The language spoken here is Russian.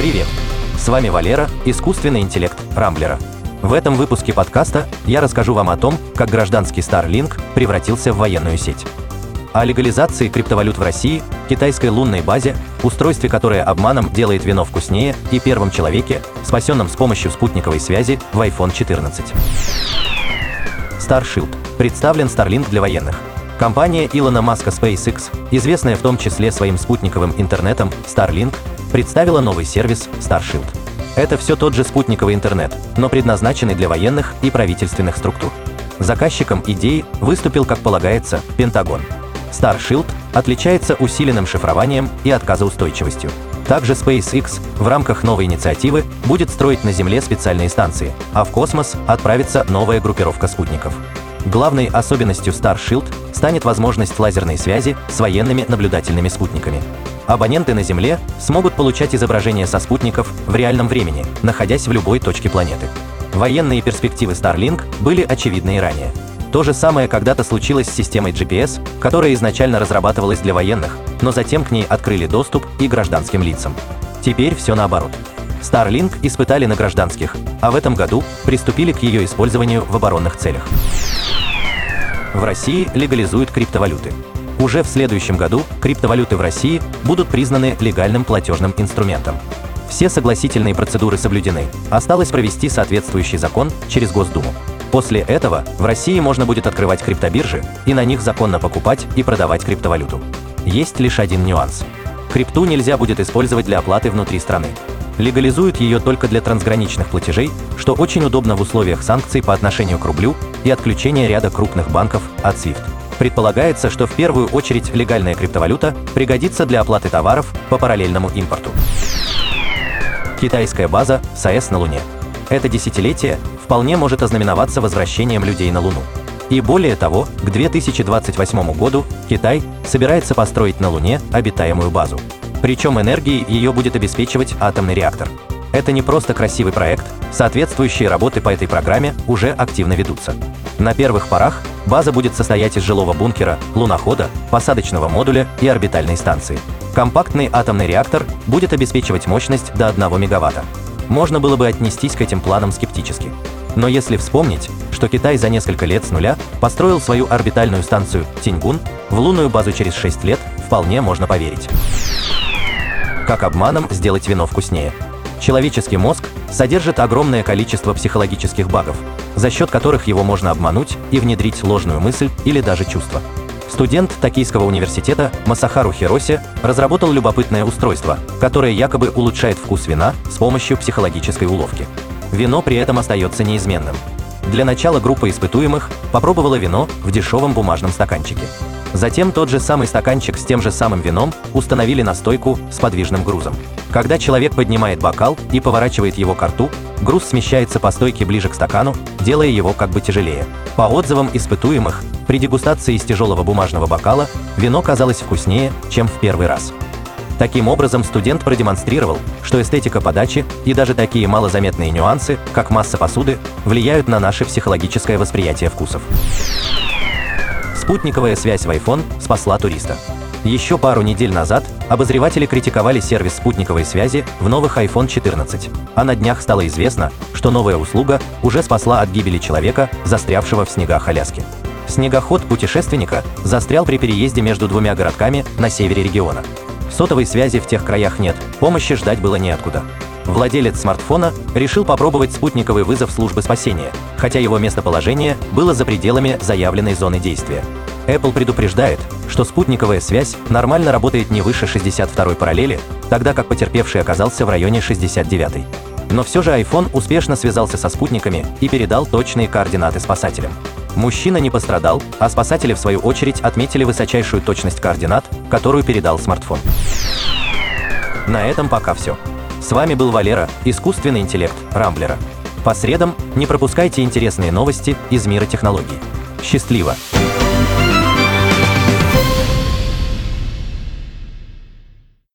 Привет! С вами Валера, искусственный интеллект Рамблера. В этом выпуске подкаста я расскажу вам о том, как гражданский Starlink превратился в военную сеть. О легализации криптовалют в России, китайской лунной базе, устройстве, которое обманом делает вино вкуснее, и первом человеке, спасенном с помощью спутниковой связи в iPhone 14. Starshield. Представлен Starlink для военных. Компания Илона Маска SpaceX, известная в том числе своим спутниковым интернетом Starlink, представила новый сервис Starshield. Это все тот же спутниковый интернет, но предназначенный для военных и правительственных структур. Заказчиком идеи выступил, как полагается, Пентагон. Starshield отличается усиленным шифрованием и отказоустойчивостью. Также SpaceX в рамках новой инициативы будет строить на Земле специальные станции, а в космос отправится новая группировка спутников. Главной особенностью Starshield станет возможность лазерной связи с военными наблюдательными спутниками. Абоненты на Земле смогут получать изображения со спутников в реальном времени, находясь в любой точке планеты. Военные перспективы Starlink были очевидны и ранее. То же самое когда-то случилось с системой GPS, которая изначально разрабатывалась для военных, но затем к ней открыли доступ и гражданским лицам. Теперь все наоборот. Starlink испытали на гражданских, а в этом году приступили к ее использованию в оборонных целях. В России легализуют криптовалюты. Уже в следующем году криптовалюты в России будут признаны легальным платежным инструментом. Все согласительные процедуры соблюдены, осталось провести соответствующий закон через Госдуму. После этого в России можно будет открывать криптобиржи и на них законно покупать и продавать криптовалюту. Есть лишь один нюанс. Крипту нельзя будет использовать для оплаты внутри страны. Легализуют ее только для трансграничных платежей, что очень удобно в условиях санкций по отношению к рублю и отключения ряда крупных банков от SWIFT. Предполагается, что в первую очередь легальная криптовалюта пригодится для оплаты товаров по параллельному импорту. Китайская база с АЭС на Луне. Это десятилетие вполне может ознаменоваться возвращением людей на Луну. И более того, к 2028 году Китай собирается построить на Луне обитаемую базу. Причем энергией ее будет обеспечивать атомный реактор. Это не просто красивый проект, соответствующие работы по этой программе уже активно ведутся. На первых порах база будет состоять из жилого бункера, лунохода, посадочного модуля и орбитальной станции. Компактный атомный реактор будет обеспечивать мощность до 1 мегаватта. Можно было бы отнестись к этим планам скептически. Но если вспомнить, что Китай за несколько лет с нуля построил свою орбитальную станцию Тяньгун, в лунную базу через 6 лет вполне можно поверить. Как обманом сделать вино вкуснее. Человеческий мозг содержит огромное количество психологических багов, за счет которых его можно обмануть и внедрить ложную мысль или даже чувство. Студент Токийского университета Масахару Хироси разработал любопытное устройство, которое якобы улучшает вкус вина с помощью психологической уловки. Вино при этом остается неизменным. Для начала группа испытуемых попробовала вино в дешевом бумажном стаканчике. Затем тот же самый стаканчик с тем же самым вином установили на стойку с подвижным грузом. Когда человек поднимает бокал и поворачивает его ко рту, груз смещается по стойке ближе к стакану, делая его как бы тяжелее. По отзывам испытуемых, при дегустации из тяжелого бумажного бокала вино казалось вкуснее, чем в первый раз. Таким образом, студент продемонстрировал, что эстетика подачи и даже такие малозаметные нюансы, как масса посуды, влияют на наше психологическое восприятие вкусов. Спутниковая связь в iPhone спасла туриста. Еще пару недель назад обозреватели критиковали сервис спутниковой связи в новых iPhone 14, а на днях стало известно, что новая услуга уже спасла от гибели человека, застрявшего в снегах Аляски. Снегоход путешественника застрял при переезде между двумя городками на севере региона. Сотовой связи в тех краях нет, помощи ждать было неоткуда. Владелец смартфона решил попробовать спутниковый вызов службы спасения, хотя его местоположение было за пределами заявленной зоны действия. Apple предупреждает, что спутниковая связь нормально работает не выше 62-й параллели, тогда как потерпевший оказался в районе 69-й. Но все же iPhone успешно связался со спутниками и передал точные координаты спасателям. Мужчина не пострадал, а спасатели в свою очередь отметили высочайшую точность координат, которую передал смартфон. На этом пока все. С вами был Валера, искусственный интеллект Рамблера. По средам не пропускайте интересные новости из мира технологий. Счастливо!